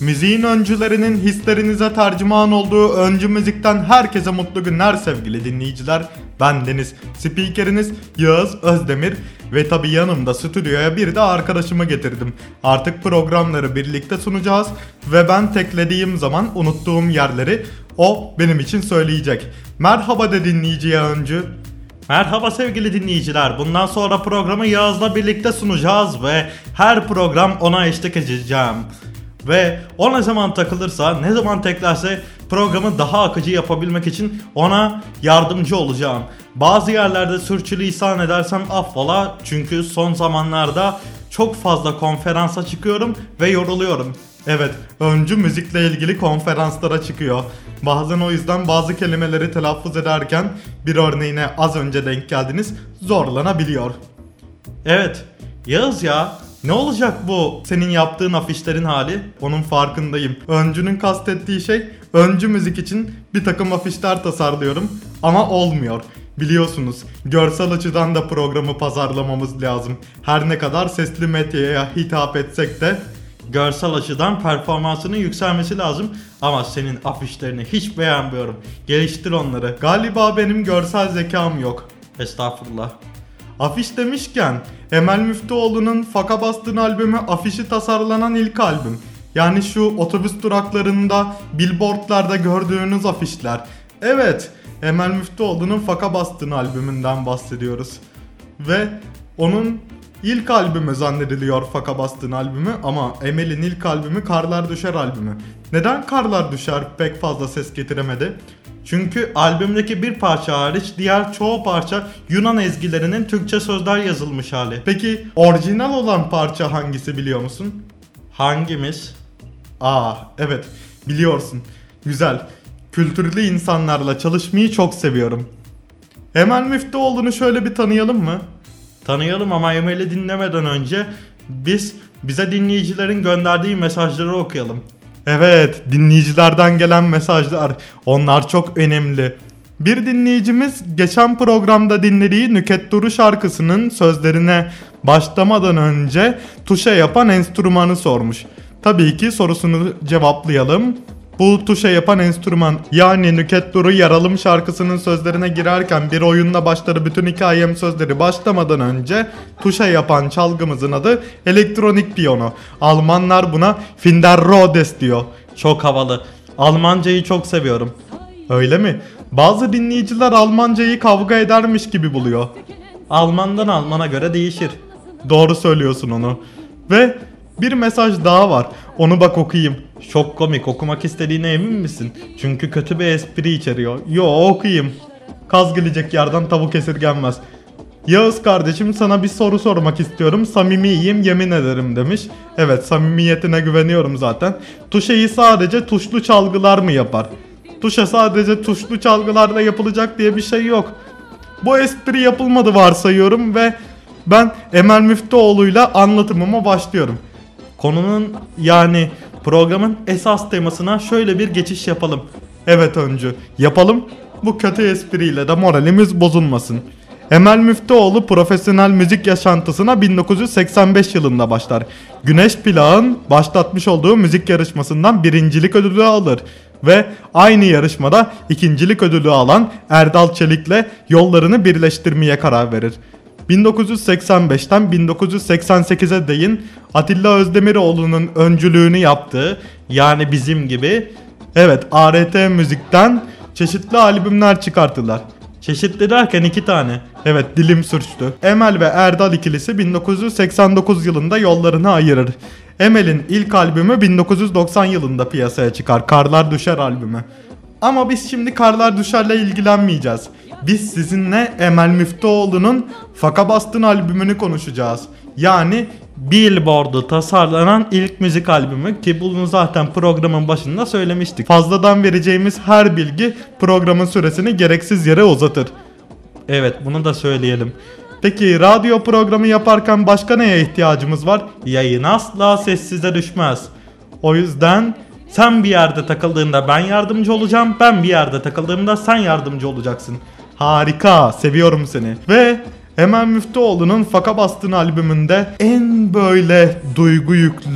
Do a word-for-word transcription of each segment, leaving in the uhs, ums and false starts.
Müziğin öncülerinin hislerinize tercüman olduğu Öncü Müzik'ten herkese mutlu günler sevgili dinleyiciler. Ben Deniz, spikeriniz Yağız Özdemir ve tabi yanımda stüdyoya bir de arkadaşımı getirdim. Artık programları birlikte sunacağız ve ben teklediğim zaman unuttuğum yerleri o benim için söyleyecek. Merhaba de dinleyiciye Öncü. Merhaba sevgili dinleyiciler. Bundan sonra programı Yağız'la birlikte sunacağız ve her program ona eşlik edeceğim. Ve o ne zaman takılırsa, ne zaman teklerse programı daha akıcı yapabilmek için ona yardımcı olacağım. Bazı yerlerde sürçülisan edersem affola, çünkü son zamanlarda çok fazla konferansa çıkıyorum ve yoruluyorum. Evet, Öncü müzikle ilgili konferanslara çıkıyor. Bazen o yüzden bazı kelimeleri telaffuz ederken bir örneğine az önce denk geldiniz, zorlanabiliyor. Evet, Yağız ya, ne olacak bu senin yaptığın afişlerin hali? Onun farkındayım. Öncü'nün kastettiği şey, Öncü Müzik için bir takım afişler tasarlıyorum ama olmuyor. Biliyorsunuz, görsel açıdan da programı pazarlamamız lazım. Her ne kadar sesli medyaya hitap etsek de görsel açıdan performansının yükselmesi lazım. Ama senin afişlerini hiç beğenmiyorum. Geliştir onları. Galiba benim görsel zekam yok. Estağfurullah. Afiş demişken, Emel Müftüoğlu'nun Faka Bastın albümü afişi tasarlanan ilk albüm. Yani şu otobüs duraklarında, billboardlarda gördüğünüz afişler. Evet, Emel Müftüoğlu'nun Faka Bastın albümünden bahsediyoruz. Ve onun ilk albümü zannediliyor Faka Bastın albümü, ama Emel'in ilk albümü Karlar Düşer albümü. Neden Karlar Düşer pek fazla ses getiremedi? Çünkü albümdeki bir parça hariç diğer çoğu parça Yunan ezgilerinin Türkçe sözler yazılmış hali. Peki orijinal olan parça hangisi biliyor musun? Hangimiz? Aa evet, biliyorsun. Güzel. Kültürlü insanlarla çalışmayı çok seviyorum. Emel Müftüoğlu'nu şöyle bir tanıyalım mı? Tanıyalım ama Emel'i dinlemeden önce biz bize dinleyicilerin gönderdiği mesajları okuyalım. Evet, dinleyicilerden gelen mesajlar, onlar çok önemli. Bir dinleyicimiz geçen programda dinlediği Nüket Duru şarkısının sözlerine başlamadan önce tuşa yapan enstrümanı sormuş. Tabii ki sorusunu cevaplayalım. Bu tuşa yapan enstrüman, yani Nüket Duru Yaralım şarkısının sözlerine girerken bir oyunla başları bütün hikayem sözleri başlamadan önce tuşa yapan çalgımızın adı elektronik piyano. Almanlar buna Finderrodes diyor. Çok havalı. Almancayı çok seviyorum. Öyle mi? Bazı dinleyiciler Almancayı kavga edermiş gibi buluyor. Almandan Almana göre değişir. Doğru söylüyorsun onu. Ve bir mesaj daha var. Onu bak okuyayım. Çok komik. Okumak istediğine emin misin? Çünkü kötü bir espri içeriyor. Yo, okuyayım. Kaz gelecek yerden tavuk esirgenmez. Yağız kardeşim, sana bir soru sormak istiyorum. Samimiyim, yemin ederim demiş. Evet, samimiyetine güveniyorum zaten. Tuşeyi sadece tuşlu çalgılar mı yapar? Tuşa sadece tuşlu çalgılarla yapılacak diye bir şey yok. Bu espri yapılmadı varsayıyorum ve ben Emel Müftüoğlu'yla anlatımıma başlıyorum. Konunun, yani programın esas temasına şöyle bir geçiş yapalım. Evet Öncü, yapalım. Bu kötü espriyle de moralimiz bozulmasın. Emel Müftüoğlu profesyonel müzik yaşantısına bin dokuz yüz seksen beş yılında başlar. Güneş Plak'ın başlatmış olduğu müzik yarışmasından birincilik ödülü alır. Ve aynı yarışmada ikincilik ödülü alan Erdal Çelik'le yollarını birleştirmeye karar verir. bin dokuz yüz seksen beşten bin dokuz yüz seksen sekize değin Atilla Özdemiroğlu'nun öncülüğünü yaptığı, yani bizim gibi, evet, A R T Müzik'ten çeşitli albümler çıkarttılar. Çeşitli derken iki tane. Evet, dilim sürçtü. Emel ve Erdal ikilisi bin dokuz yüz seksen dokuz yılında yollarını ayırır. Emel'in ilk albümü bin dokuz yüz doksan yılında piyasaya çıkar. Karlar Düşer albümü. Ama biz şimdi Karlar Düşer'le ilgilenmeyeceğiz. Biz sizinle Emel Müftüoğlu'nun Faka Bastın albümünü konuşacağız. Yani Billboard'u tasarlanan ilk müzik albümü, ki bunu zaten programın başında söylemiştik. Fazladan vereceğimiz her bilgi programın süresini gereksiz yere uzatır. Evet, bunu da söyleyelim. Peki radyo programı yaparken başka neye ihtiyacımız var? Yayın asla sessize düşmez. O yüzden sen bir yerde takıldığında ben yardımcı olacağım, ben bir yerde takıldığımda sen yardımcı olacaksın. Harika, seviyorum seni. Ve Emel Müftüoğlu'nun Faka Bastın albümünde en böyle duygu yüklü,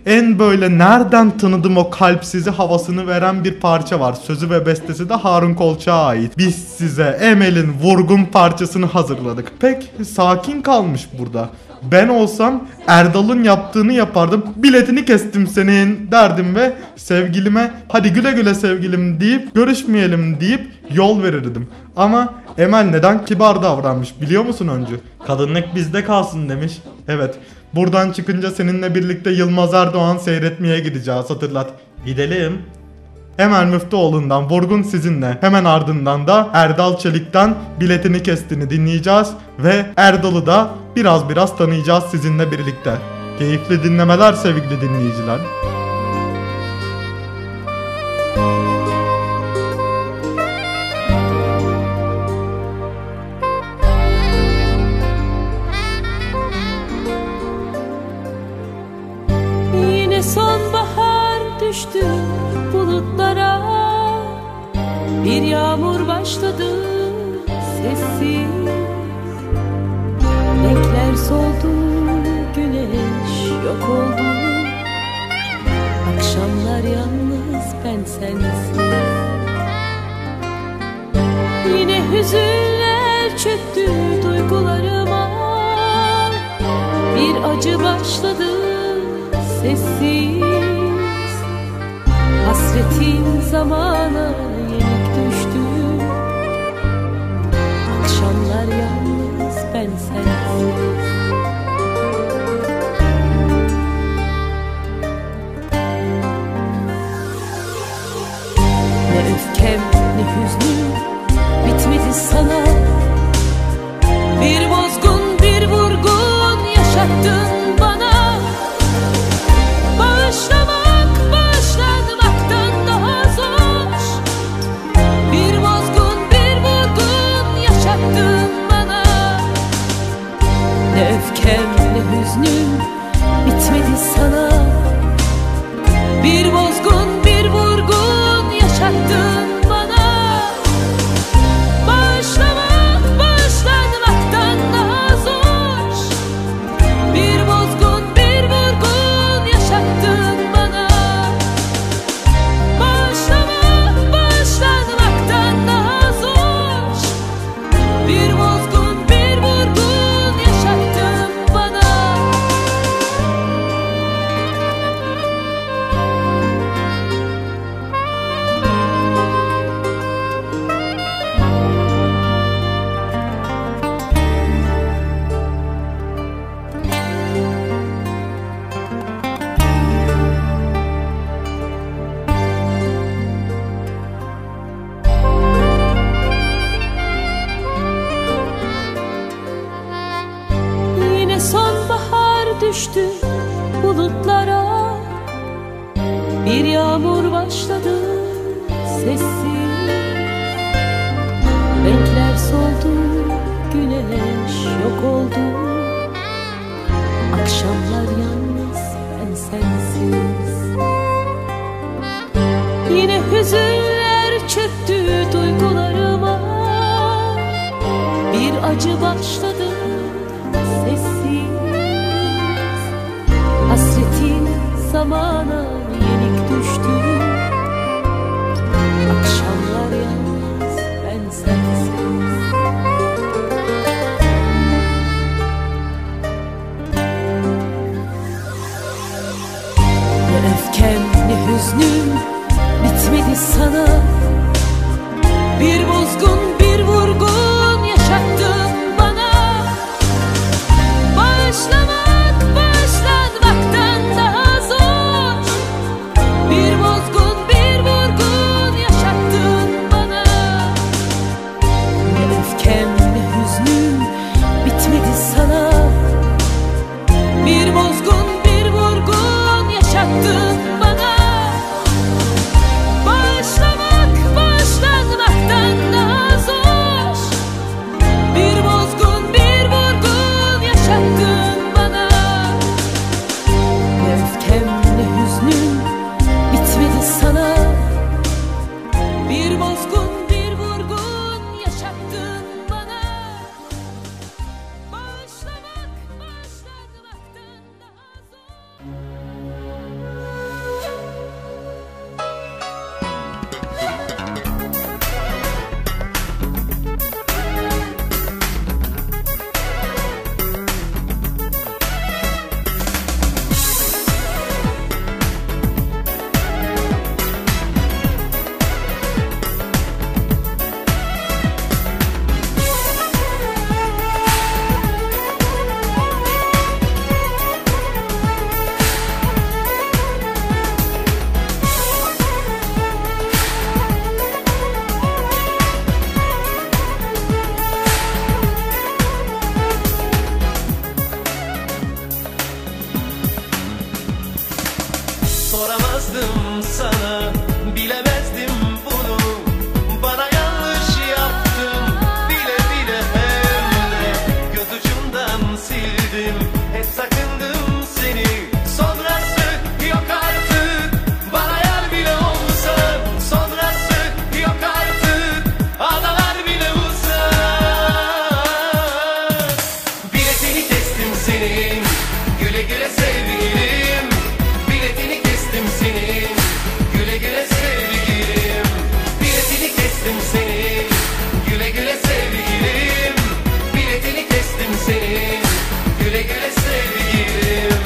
en böyle nereden tanıdım o kalp sizi havasını veren bir parça var. Sözü ve bestesi de Harun Kolçak'a ait. Biz size Emel'in Vurgun parçasını hazırladık. Pek sakin kalmış burada. Ben olsam Erdal'ın yaptığını yapardım. Biletini kestim senin derdim ve sevgilime hadi güle güle sevgilim deyip görüşmeyelim deyip yol verirdim. Ama Emel neden kibar davranmış biliyor musun Öncü? Kadınlık bizde kalsın demiş. Evet. Buradan çıkınca seninle birlikte Yılmaz Erdoğan seyretmeye gideceğiz, hatırlat. Gidelim. Emel Müftüoğlu'ndan Vurgun sizinle. Hemen ardından da Erdal Çelik'ten Biletini Kesti'ni dinleyeceğiz. Ve Erdal'ı da biraz biraz tanıyacağız sizinle birlikte. Keyifli dinlemeler sevgili dinleyiciler. Yine sonbahar düştü bulutlara, bir yağmur başladı sessiz. Renkler soldu, güneş yok oldu. Akşamlar yalnız, ben sensiz. Yine hüzünler çöktü duygularıma, bir acı başladı sessiz. Hasretin zamana yenik düştü. Akşamlar yalnız, ben sensiz. Ne öfkem ne hüznüm bitmedi sana. Bir bozgun bir vurgun yaşattın bana. Bağışlamak bağışlanmaktan daha zor. Bir bozgun bir vurgun yaşattın bana. Ne öfkem ne hüznüm bitmedi sana. Bir bozgun bir vurgun yaşattın bana. Bağışlamak bağışlanmaktan daha zor. Bir bozgun bir vurgun yaşattın bana. Bağışlamak bağışlanmaktan daha zor. Bir bozgun bir vurgun yaşattın bana. Yine sonbahar düştü bulutlara, bir yağmur başladı sessiz. Renkler soldu, güneş yok oldu. Akşamlar yalnız, ben sensiz. Yine hüzünler çöktü duygularıma, bir acı başladı sessiz. Hasretin zamana yenik düştü. Akşamlar yalnız, ben sensiz. Ne öfkem ne hüznüm bitmedi sana. Bir bozgun bir vurgun yaşattın bana. Bağışlamak bağışlanmaktan daha zor. kestim, hep sakındım seni. Sonrası yok artık, bana yar bile olsa. Sonrası yok artık, adalar bile uzak. Biletini kestim senin, güle güle sevgilim. Biletini kestim senin, güle güle sevgilim. Biletini kestim senin, güle güle sevgilim. Biletini kestim senin, güle güle sevgilim.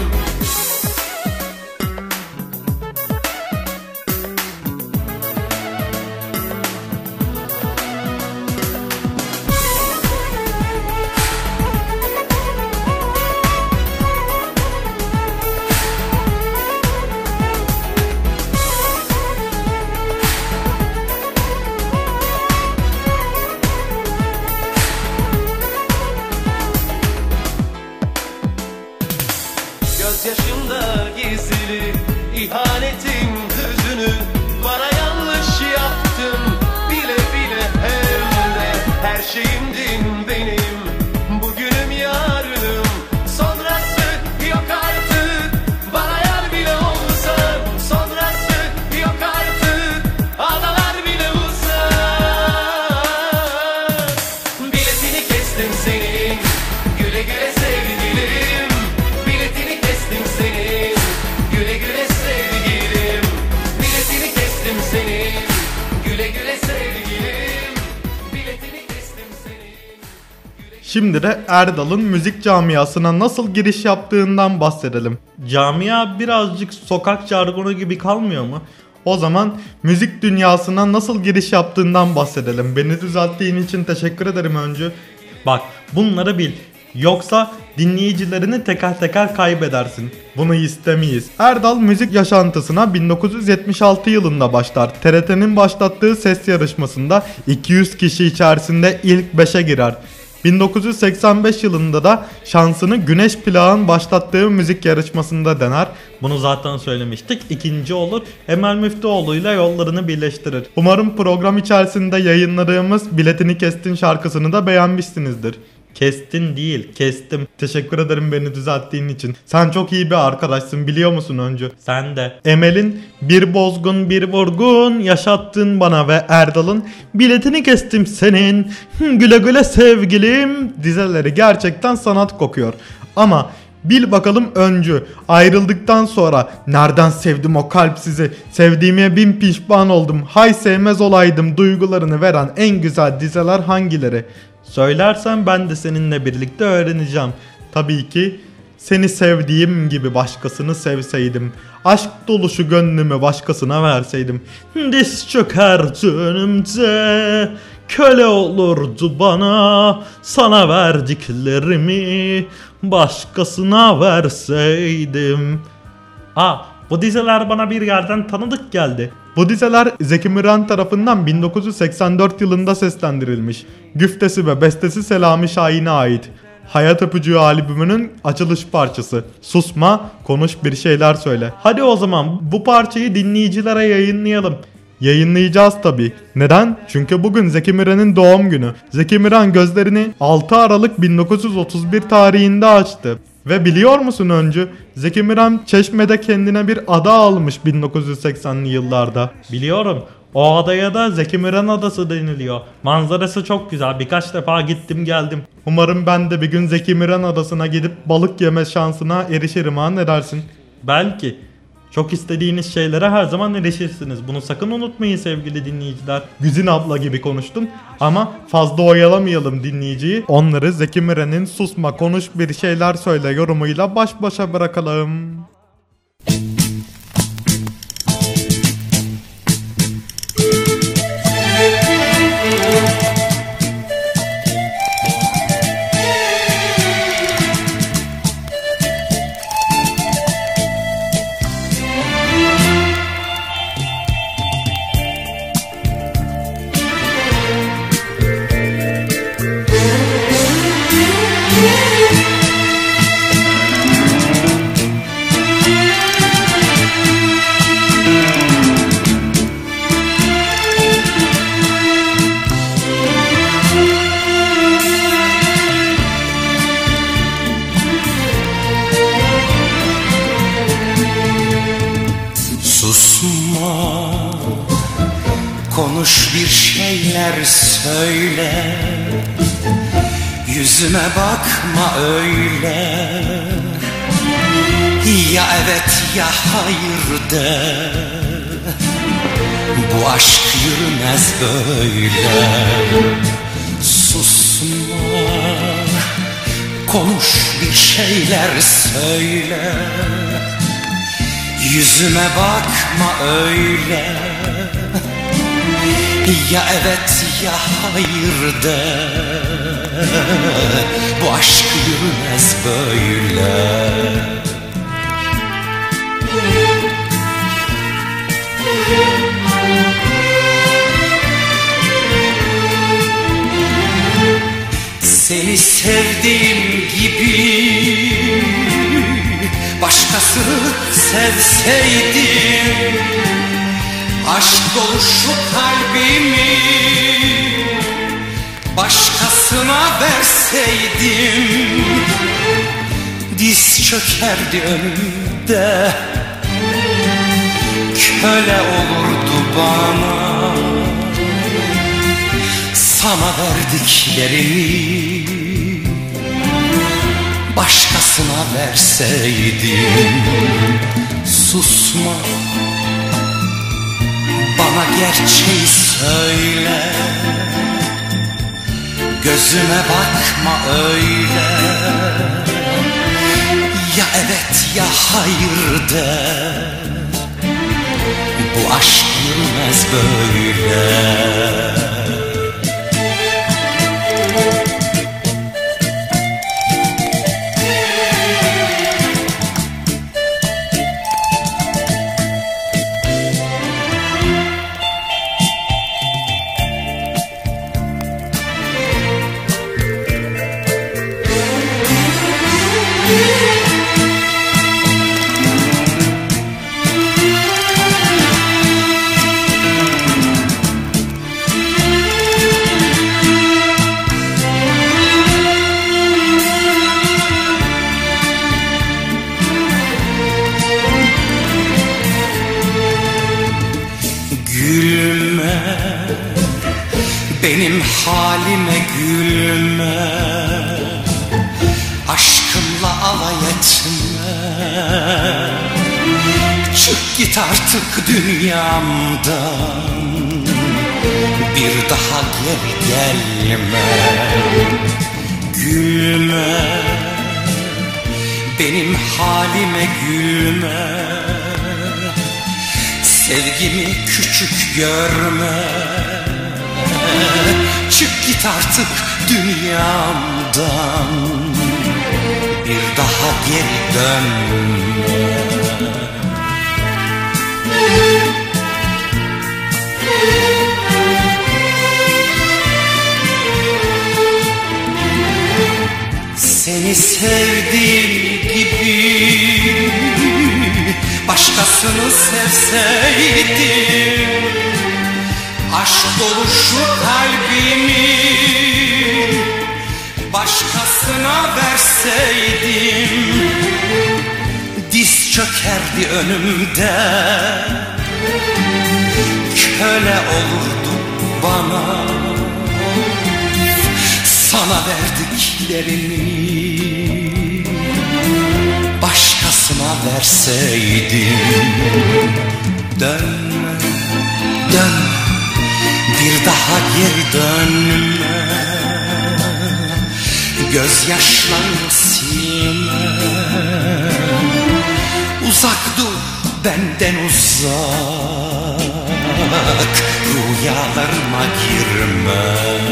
Gözyaşımda gizli ihanetin hüzünü. Bana yanlış yaptın bile bile, hem de her şeyimdin benim. Bugünüm yarınım, sonrası yok artık, bana yar bile olsa. Sonrası yok artık, adalar bile uzak. Biletini kestim senin, güle güle sevgilim. Biletini kestim senin, güle güle sevgilim. Biletini kestim senin, güle güle sevgilim. Biletini kestim senin. Şimdi de Erdal'ın müzik camiasına nasıl giriş yaptığından bahsedelim. Camia birazcık sokak jargonu gibi kalmıyor mu? O zaman müzik dünyasına nasıl giriş yaptığından bahsedelim. Beni düzelttiğin için teşekkür ederim Öncü. Bak, bunları bil. Yoksa dinleyicilerini teker teker kaybedersin. Bunu istemeyiz. Erdal müzik yaşantısına bin dokuz yüz yetmiş altı yılında başlar. T R T'nin başlattığı ses yarışmasında iki yüz kişi içerisinde ilk beşe girer. bin dokuz yüz seksen beş yılında da şansını Güneş Plak'ın başlattığı müzik yarışmasında dener. Bunu zaten söylemiştik. İkinci olur. Emel Müftüoğlu ile yollarını birleştirir. Umarım program içerisinde yayınladığımız Biletini Kestin şarkısını da beğenmişsinizdir. Kestin değil, kestim. Teşekkür ederim beni düzelttiğin için. Sen çok iyi bir arkadaşsın, biliyor musun Öncü? Sen de. Emel'in Bir Bozgun Bir Vurgun yaşattın bana ve Erdal'ın Biletini Kestim Senin güle güle sevgilim dizeleri gerçekten sanat kokuyor. Ama bil bakalım Öncü, ayrıldıktan sonra nereden sevdim o kalp sizi, sevdiğime bin pişman oldum, hay sevmez olaydım duygularını veren en güzel dizeler hangileri? Söylersen ben de seninle birlikte öğreneceğim. Tabii ki Seni Sevdiğim Gibi Başkasını Sevseydim, aşk dolu şu gönlümü başkasına verseydim, Diz çökerdi önümde, köle olurdu bana, sana verdiklerimi başkasına verseydim. Aa, bu dizeler bana bir yerden tanıdık geldi. Bu dizeler Zeki Müren tarafından bin dokuz yüz seksen dört yılında seslendirilmiş. Güftesi ve bestesi Selami Şahin'e ait. Hayat Öpücüğü albümünün açılış parçası. Susma, konuş bir şeyler söyle. Hadi o zaman bu parçayı dinleyicilere yayınlayalım. Yayınlayacağız tabi. Neden? Çünkü bugün Zeki Müren'in doğum günü. Zeki Müren gözlerini altı Aralık bin dokuz yüz otuz bir tarihinde açtı. Ve biliyor musun Öncü? Zeki Müren Çeşme'de kendine bir ada almış bin dokuz yüz seksenli yıllarda. Biliyorum. O adaya da Zeki Müren Adası deniliyor. Manzarası çok güzel. Birkaç defa gittim geldim. Umarım ben de bir gün Zeki Müren Adası'na gidip balık yeme şansına erişirim, ha, ne dersin? Belki. Çok istediğiniz şeylere her zaman erişirsiniz. Bunu sakın unutmayın sevgili dinleyiciler. Güzin abla gibi konuştun ama fazla oyalamayalım dinleyiciyi. Onları Zeki Müren'in Susma Konuş Bir Şeyler Söyle yorumuyla baş başa bırakalım. şeyler söyle, yüzüme bakma öyle. Ya evet ya hayır de, bu aşk yürümez böyle. Susma, konuş bir şeyler söyle, yüzüme bakma öyle. Ya evet ya hayır de, bu aşk yürümez böyle. Seni sevdiğim gibi başkasını sevseydim, aşk dolu şu kalbimi başkasına verseydim, diz çökerdi önümde, köle olurdu bana. Sana verdiklerimi başkasına verseydim. Susma, bana gerçeği söyle, gözüme bakma öyle. Ya evet ya hayır de, bu aşk yürümez böyle. Gülme, benim halime gülme, aşkımla alay etme. Çık git artık dünyamdan, bir daha geri gelme. Gülme, benim halime gülme, sevgimi küçük görme. Çık git artık dünyamdan, bir daha geri dönme. Seni sevdiğim gibi başkasını sevseydim, aşk dolu şu kalbimi başkasına verseydim, diz çökerdi önümde, köle olurdu bana. Sana verdiklerimi başkasına verseydim. Dönme, dönme, bir daha geri dönme. Gözyaşlarını silme. Uzak dur benden uzak, rüyalarıma girme.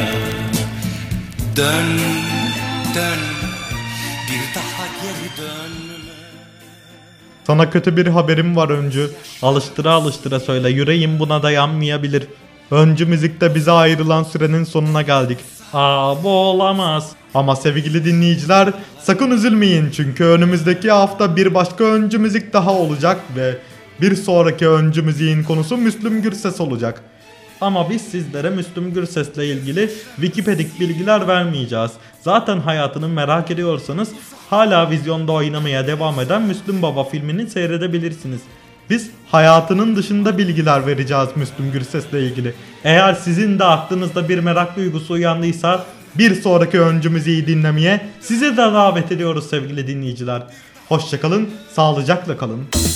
Dön, dön, bir daha geri dönme. Sana kötü bir haberim var Öncü. Alıştıra alıştıra söyle, yüreğim buna dayanmayabilir. Öncü müzikte bize ayrılan sürenin sonuna geldik. Aa, bu olamaz. Ama sevgili dinleyiciler, sakın üzülmeyin çünkü önümüzdeki hafta bir başka Öncü müzik daha olacak ve bir sonraki Öncü müziğin konusu Müslüm Gürses olacak. Ama biz sizlere Müslüm Gürses'le ilgili Wikipedik bilgiler vermeyeceğiz. Zaten hayatını merak ediyorsanız hala vizyonda oynamaya devam eden Müslüm Baba filmini seyredebilirsiniz. Biz hayatının dışında bilgiler vereceğiz Müslüm Gürses'le ilgili. Eğer sizin de aklınızda bir merak duygusu uyandıysa bir sonraki öncü müziği dinlemeye sizi de davet ediyoruz sevgili dinleyiciler. Hoşçakalın, sağlıcakla kalın.